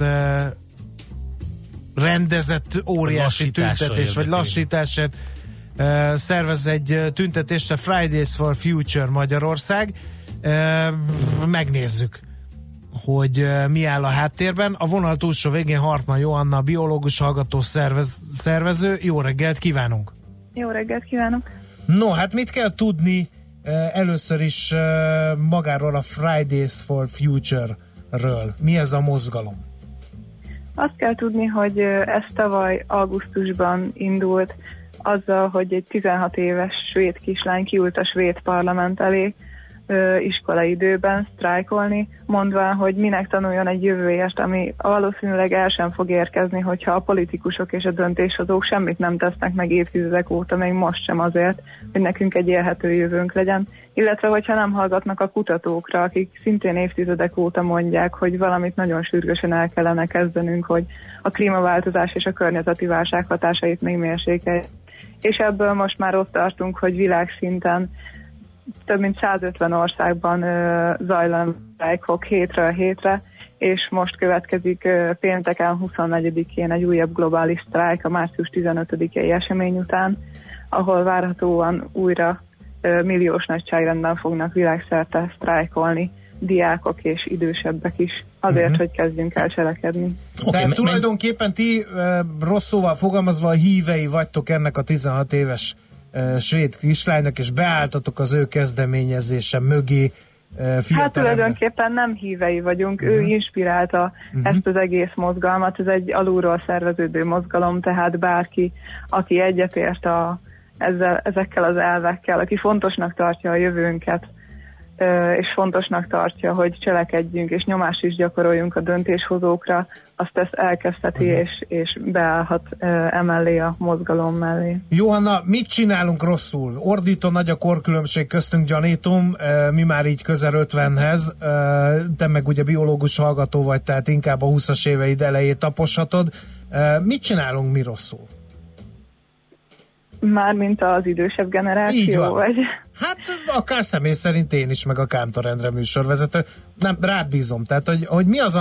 rendezett óriási tüntetés, vagy lassítását szervez egy tüntetést, a Fridays for Future Magyarország. Megnézzük, hogy mi áll a háttérben. A vonal túlsó végén Hartmann Joanna, biológus hallgató szervező. Jó reggelt kívánunk! Jó reggelt kívánok! No, hát mit kell tudni először is magáról a Fridays for Future-ről? Mi ez a mozgalom? Azt kell tudni, hogy ez tavaly augusztusban indult azzal, hogy egy 16 éves svéd kislány kiült a svéd parlament elé iskolai időben sztrájkolni, mondván, hogy minek tanuljon egy jövőért, ami valószínűleg el sem fog érkezni, hogyha a politikusok és a döntéshozók semmit nem tesznek meg évtizedek óta, még most sem azért, hogy nekünk egy élhető jövőnk legyen, illetve hogyha nem hallgatnak a kutatókra, akik szintén évtizedek óta mondják, hogy valamit nagyon sürgősen el kellene kezdenünk, hogy a klímaváltozás és a környezeti válság hatásait még mérsékeljük. És ebből most már ott tartunk, hogy világszinten több mint 150 országban zajlanak sztrájkok hétről hétre, és most következik pénteken 24-én egy újabb globális sztrájk a március 15-i esemény után, ahol várhatóan újra milliós nagyságrendben fognak világszerte sztrájkolni diákok és idősebbek is. azért, hogy kezdjünk el cselekedni. Tehát tulajdonképpen ti rossz szóval fogalmazva a hívei vagytok ennek a 16 éves svéd kislánynak, és beálltatok az ő kezdeményezése mögé. Hát tulajdonképpen nem hívei vagyunk, ő inspirálta ezt az egész mozgalmat, ez egy alulról szerveződő mozgalom, tehát bárki, aki egyetért ezekkel az elvekkel, aki fontosnak tartja a jövőnket, és fontosnak tartja, hogy cselekedjünk, és nyomást is gyakoroljunk a döntéshozókra, azt ezt elkezdheti, és beállhat emellé a mozgalom mellé. Johanna, mit csinálunk rosszul? Ordító nagy a korkülönbség köztünk, gyanítom, mi már így közel 50-hez, te meg ugye biológus hallgató vagy, tehát inkább a 20-as éveid elejét taposhatod. Mit csinálunk mi rosszul? Mármint az idősebb generáció, vagy? Hát akár személy szerint én is, meg a Kántor Endre műsorvezető. Nem, rád bízom. Tehát, hogy mi az,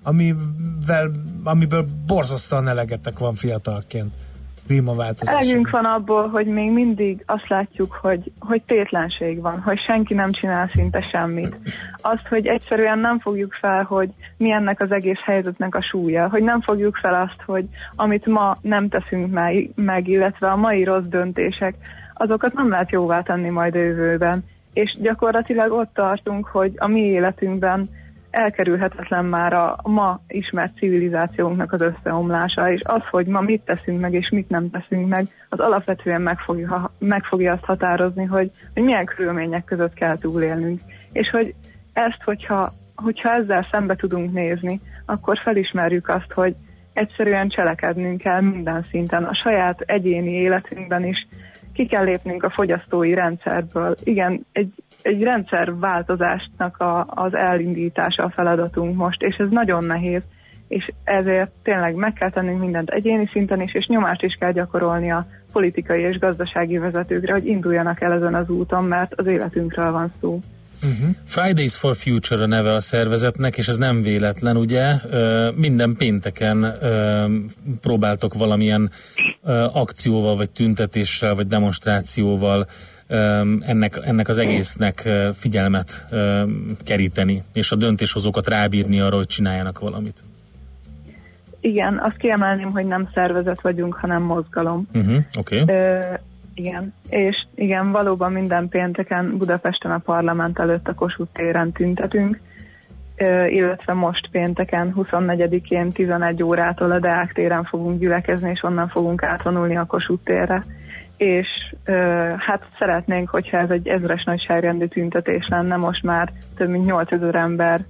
amiből borzasztóan elegetek van fiatalként? Klímaváltozás. Elegünk van abból, hogy még mindig azt látjuk, hogy tétlenség van, hogy senki nem csinál szinte semmit. Azt, hogy egyszerűen nem fogjuk fel, hogy mi ennek az egész helyzetnek a súlya, hogy nem fogjuk fel azt, hogy amit ma nem teszünk meg, illetve a mai rossz döntések, azokat nem lehet jóvá tenni majd a jövőben. És gyakorlatilag ott tartunk, hogy a mi életünkben elkerülhetetlen már a ma ismert civilizációnknak az összeomlása, és az, hogy ma mit teszünk meg, és mit nem teszünk meg, az alapvetően meg fogja azt határozni, hogy milyen körülmények között kell túlélnünk. És hogy ezt, hogyha ezzel szembe tudunk nézni, akkor felismerjük azt, hogy egyszerűen cselekednünk kell minden szinten, a saját egyéni életünkben is, ki kell lépnünk a fogyasztói rendszerből. Igen, egy rendszerváltozásnak az elindítása a feladatunk most, és ez nagyon nehéz, és ezért tényleg meg kell tennünk mindent egyéni szinten is, és nyomást is kell gyakorolni a politikai és gazdasági vezetőkre, hogy induljanak el ezen az úton, mert az életünkről van szó. Fridays for Future a neve a szervezetnek, és ez nem véletlen, ugye? Minden pénteken próbáltok valamilyen akcióval, vagy tüntetéssel, vagy demonstrációval ennek az egésznek figyelmet keríteni, és a döntéshozókat rábírni arra, hogy csináljanak valamit. Igen, azt kiemelném, hogy nem szervezet vagyunk, hanem mozgalom. Oké. Igen, és igen, valóban minden pénteken Budapesten a parlament előtt a Kossuth téren tüntetünk, illetve most pénteken 24-én 11 órától a Deák téren fogunk gyülekezni, és onnan fogunk átvonulni a Kossuth térre. És hát szeretnénk, hogyha ez egy ezres nagyságrendű tüntetés lenne, most már több mint 8000 ember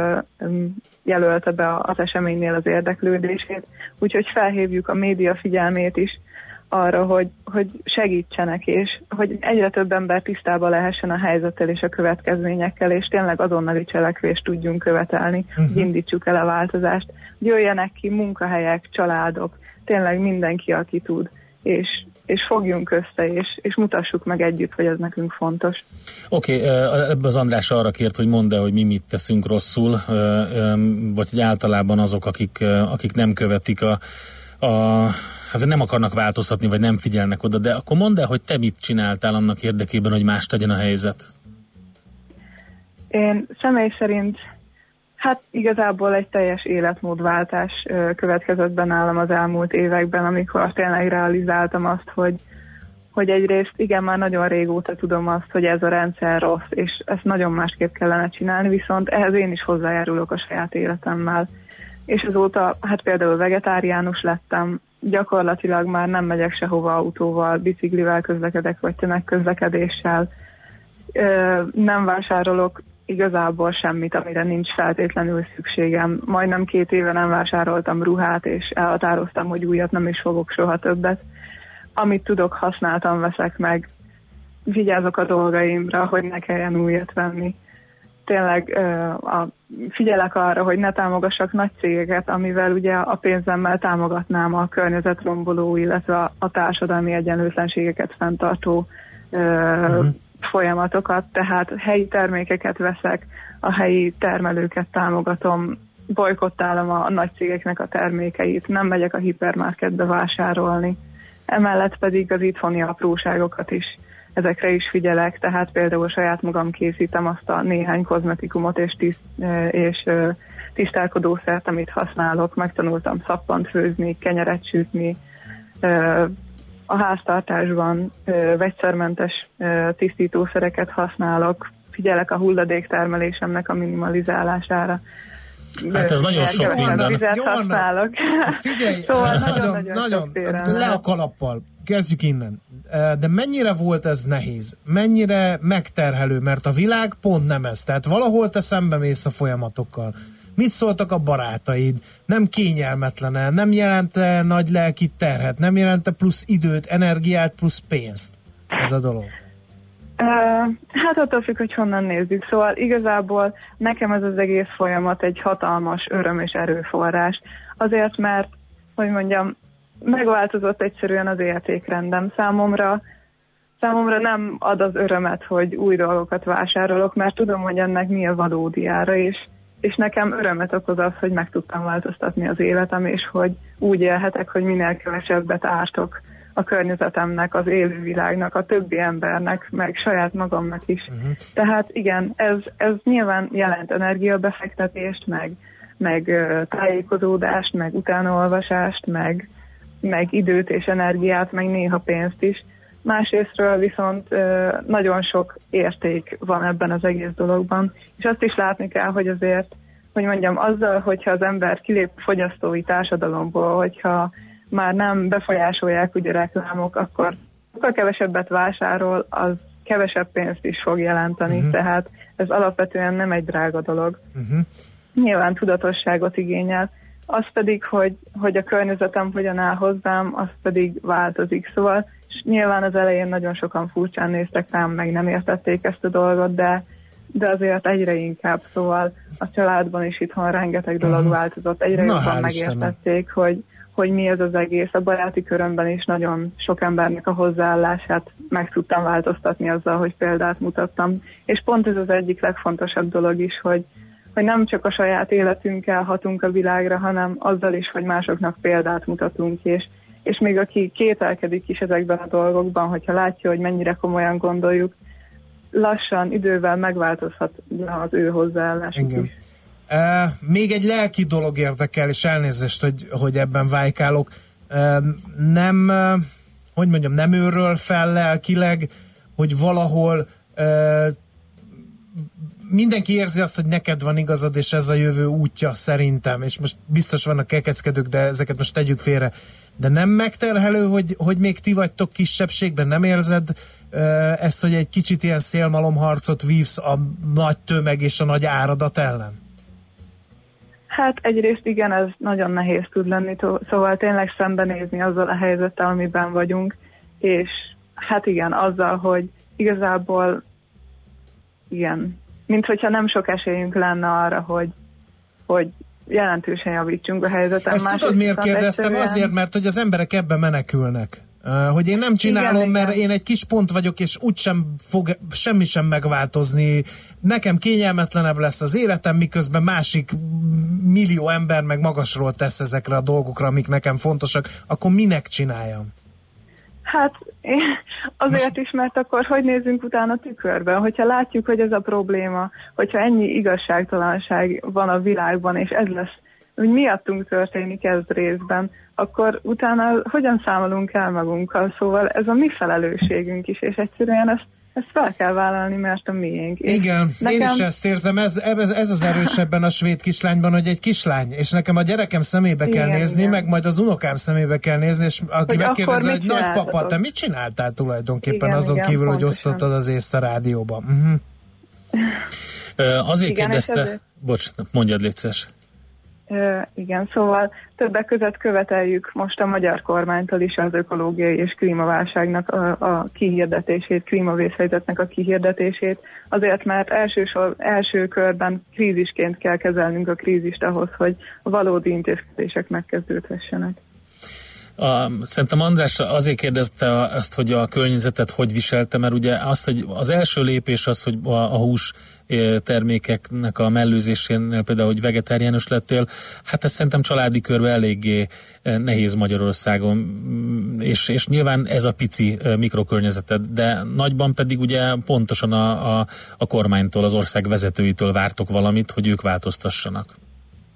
jelölte be az eseménynél az érdeklődését, úgyhogy felhívjuk a média figyelmét is arra, hogy segítsenek, és hogy egyre több ember tisztában lehessen a helyzettel és a következményekkel, és tényleg azonnali cselekvést tudjunk követelni, hogy indítsuk el a változást. Jöjjenek ki munkahelyek, családok, tényleg mindenki, aki tud, és fogjunk össze, és mutassuk meg együtt, hogy ez nekünk fontos. Oké, ebben az András arra kért, hogy mondd el, hogy mi mit teszünk rosszul, vagy hogy általában azok, akik nem követik hát nem akarnak változtatni, vagy nem figyelnek oda, de akkor mondd el, hogy te mit csináltál annak érdekében, hogy más tegyen a helyzet? Én személy szerint hát igazából egy teljes életmódváltás következett be nálam az elmúlt években, amikor tényleg realizáltam azt, hogy egyrészt igen, már nagyon régóta tudom azt, hogy ez a rendszer rossz, és ezt nagyon másképp kellene csinálni, viszont ehhez én is hozzájárulok a saját életemmel. És azóta hát például vegetáriánus lettem, gyakorlatilag már nem megyek sehova autóval, biciklivel közlekedek, vagy tömegközlekedéssel. Nem vásárolok igazából semmit, amire nincs feltétlenül szükségem. Majdnem 2 éve nem vásároltam ruhát, és elhatároztam, hogy újat nem is fogok soha többet. Amit tudok, használtam, veszek meg. Vigyázok a dolgaimra, hogy ne kelljen újat venni. Tényleg figyelek arra, hogy ne támogassak nagy cégeket, amivel ugye a pénzemmel támogatnám a környezetromboló, illetve a társadalmi egyenlőtlenségeket fenntartó folyamatokat, tehát helyi termékeket veszek, a helyi termelőket támogatom, bojkottálom a nagy cégeknek a termékeit, nem megyek a hipermarketbe vásárolni. Emellett pedig az itthoni apróságokat is, ezekre is figyelek, tehát például saját magam készítem azt a néhány kozmetikumot és tisztálkodószert, amit használok, megtanultam szappant főzni, kenyeret sütni, a háztartásban vegyszermentes tisztítószereket használok, figyelek a hulladéktermelésemnek a minimalizálására. Hát ez nagyon sok minden. Figyelj, szóval nagyon le a kalappal. Kezdjük innen. De mennyire volt ez nehéz? Mennyire megterhelő? Mert a világ pont nem ez. Tehát valahol te szembemész a folyamatokkal. Mit szóltak a barátaid? Nem kényelmetlene? Nem jelente nagy lelki terhet? Nem jelente plusz időt, energiát, plusz pénzt? Ez a dolog. Hát attól függ, hogy honnan nézzük. Szóval igazából nekem ez az egész folyamat egy hatalmas öröm és erőforrás. Azért, mert, hogy mondjam, megváltozott egyszerűen az értékrendem. Számomra nem ad az örömet, hogy új dolgokat vásárolok, mert tudom, hogy ennek mi a valódi ára, és nekem örömet okoz az, hogy meg tudtam változtatni az életem, és hogy úgy élhetek, hogy minél kevesebbet ártok a környezetemnek, az élővilágnak, a többi embernek, meg saját magamnak is. Tehát igen, ez nyilván jelent energiabefektetést, meg tájékozódást, meg utánaolvasást, meg időt és energiát, meg néha pénzt is. Másrésztről viszont nagyon sok érték van ebben az egész dologban, és azt is látni kell, hogy azért, hogy mondjam, azzal, hogyha az ember kilép a fogyasztói társadalomból, hogyha már nem befolyásolják ugye reklámok, akkor sokkal kevesebbet vásárol, az kevesebb pénzt is fog jelenteni, tehát ez alapvetően nem egy drága dolog. Nyilván tudatosságot igényel, az pedig, hogy a környezetem hogyan áll hozzám, az pedig változik. Szóval és nyilván az elején nagyon sokan furcsán néztek rám, meg nem értették ezt a dolgot, de azért egyre inkább, szóval a családban is itthon rengeteg dolog változott, egyre jobban megértették, hogy mi ez az egész. A baráti körömben is nagyon sok embernek a hozzáállását meg tudtam változtatni azzal, hogy példát mutattam. És pont ez az egyik legfontosabb dolog is, hogy nem csak a saját életünkkel hatunk a világra, hanem azzal is, hogy másoknak példát mutatunk, és még aki kételkedik is ezekben a dolgokban, hogyha látja, hogy mennyire komolyan gondoljuk, lassan, idővel megváltozhat az ő hozzáállásuk is. Még egy lelki dolog érdekel, és elnézést, hogy ebben vájkálok. Nem, hogy mondjam, nem őröl fel lelkileg, hogy valahol mindenki érzi azt, hogy neked van igazad, és ez a jövő útja szerintem, és most biztos vannak kekeckedők, de ezeket most tegyük félre. De nem megterhelő, hogy még ti vagytok kisebbségben? Nem érzed ezt, hogy egy kicsit ilyen szélmalomharcot vívsz a nagy tömeg és a nagy áradat ellen? Hát egyrészt igen, ez nagyon nehéz tud lenni, szóval tényleg szembenézni azzal a helyzettel, amiben vagyunk, és hát igen, azzal, hogy igazából igen, mint hogyha nem sok esélyünk lenne arra, hogy jelentősen javítsunk a helyzeten. Ezt tudod, miért kérdeztem? Azért, mert hogy az emberek ebbe menekülnek. Hogy én nem csinálom, igen, mert én egy kis pont vagyok, és úgysem fog semmi sem megváltozni. Nekem kényelmetlenebb lesz az életem, miközben másik millió ember meg magasról tesz ezekre a dolgokra, amik nekem fontosak. Akkor minek csináljam? Hát azért is, mert akkor hogy nézzünk utána tükörben? Hogyha látjuk, hogy ez a probléma, hogyha ennyi igazságtalanság van a világban, és ez lesz, hogy miattunk történik ez részben, akkor utána hogyan számolunk el magunkkal? Szóval ez a mi felelősségünk is, és egyszerűen ezt fel kell vállalni, mert a miénk. Igen, én is ezt érzem, ez az erősebben a svéd kislányban, hogy egy kislány, és nekem a gyerekem szemébe kell nézni, meg majd az unokám szemébe kell nézni, és aki megkérdezi, hogy nagypapa, te mit csináltál tulajdonképpen, igen, azon kívül, pontosan, hogy osztottad az észt a rádióban? Azért kérdezte, bocs, mondjad, légy szíves. Igen, szóval többek között követeljük most a magyar kormánytól is az ökológiai és klímaválságnak a kihirdetését, klímavészhelyzetnek a kihirdetését, azért mert első körben krízisként kell kezelnünk a krízist ahhoz, hogy a valódi intézkedések megkezdődhessenek. Szerintem András azért kérdezte azt, hogy a környezetet hogy viselte, mert ugye azt, hogy az első lépés az, hogy a hús termékeknek a mellőzésénél például, hogy vegetáriánus lettél, hát ez szerintem családi körben eléggé nehéz Magyarországon, és nyilván ez a pici mikrokörnyezeted, de nagyban pedig ugye pontosan a kormánytól, az ország vezetőitől vártok valamit, hogy ők változtassanak.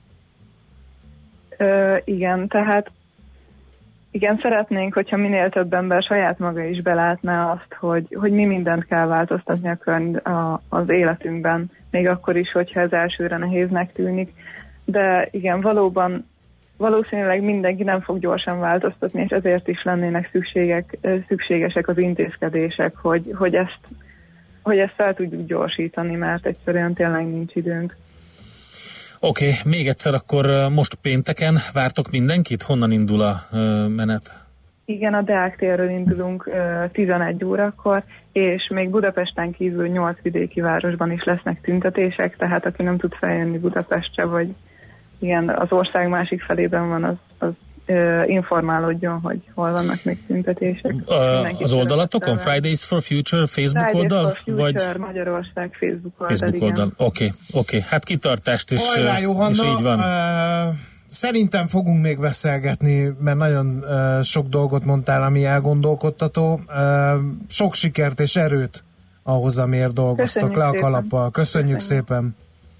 Igen, tehát igen, szeretnénk, hogyha minél több ember saját maga is belátná azt, hogy mi mindent kell változtatni az életünkben, még akkor is, hogyha ez elsőre nehéznek tűnik. De igen, valószínűleg mindenki nem fog gyorsan változtatni, és ezért is lennének szükségesek az intézkedések, hogy ezt fel tudjuk gyorsítani, mert egyszerűen tényleg nincs időnk. Oké, még egyszer akkor most pénteken vártok mindenkit? Honnan indul a menet? Igen, a Deák térről indulunk 11 órakor, és még Budapesten kívül 8 vidéki városban is lesznek tüntetések, tehát aki nem tud feljönni Budapestre, vagy igen, az ország másik felében van, az informálódjon, hogy hol vannak még tüntetések. Az oldalatokon? Fridays for Future Facebook Fridays oldal? for Future, vagy Magyarország Facebook oldal. Oké. Hát kitartást, és így van. Szerintem fogunk még beszélgetni, mert nagyon sok dolgot mondtál, ami elgondolkodtató. Sok sikert és erőt ahhoz, amiért dolgoztok le a kalappal. Köszönjük szépen!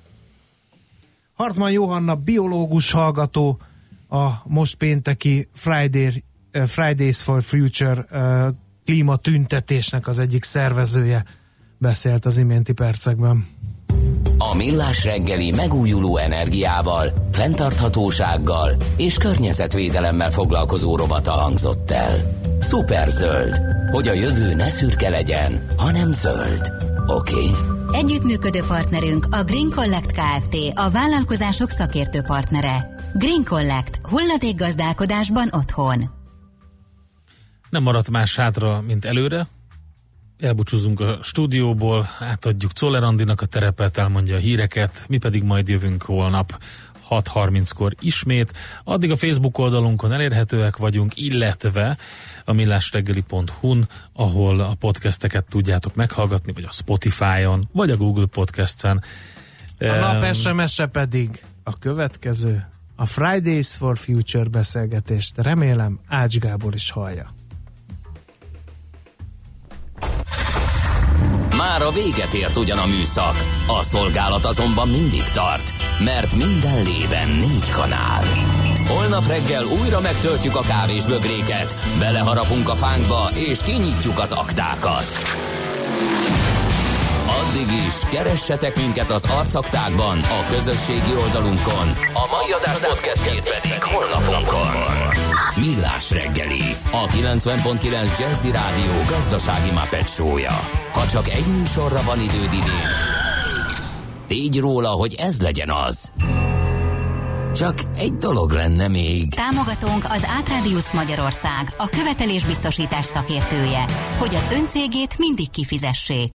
Hartmann Johanna, biológus hallgató, a most pénteki Fridays for Future klímatüntetésnek az egyik szervezője beszélt az iménti percekben. A Millás reggeli megújuló energiával, fenntarthatósággal és környezetvédelemmel foglalkozó rovata hangzott el. Szuperzöld, hogy a jövő ne szürke legyen, hanem zöld. Oké? Együttműködő partnerünk a Green Collect Kft., a vállalkozások szakértő partnere. Green Collect. Hulladékgazdálkodásban otthon. Nem maradt más hátra, mint előre. Elbúcsúzunk a stúdióból, átadjuk Czoller Andinak a terepet, elmondja a híreket, mi pedig majd jövünk holnap 6:30-kor ismét. Addig a Facebook oldalunkon elérhetőek vagyunk, illetve a millásreggeli.hu-n, ahol a podcasteket tudjátok meghallgatni, vagy a Spotify-on, vagy a Google Podcast-en. A nap SMS-e pedig a következő, a Fridays for Future beszélgetést. Remélem Ács Gábor is hallja. Már a véget ért ugyan a műszak, a szolgálat azonban mindig tart, mert minden lében 4 kanál. Holnap reggel újra megtöltjük a kávésbögréket, beleharapunk a fánkba és kinyitjuk az aktákat. Addig is keressetek minket az arcaktákban, a közösségi oldalunkon, a mai adás podcastjét pedig honlapunkon. Millás reggeli, a 90.9 Jazzy Rádió gazdasági Muppet show-ja. Ha csak egy műsorra van időd idén, tégy róla, hogy ez legyen az. Csak egy dolog lenne még. Támogatónk az Átrádiusz Magyarország, a követelésbiztosítás szakértője, hogy az öncégét mindig kifizessék.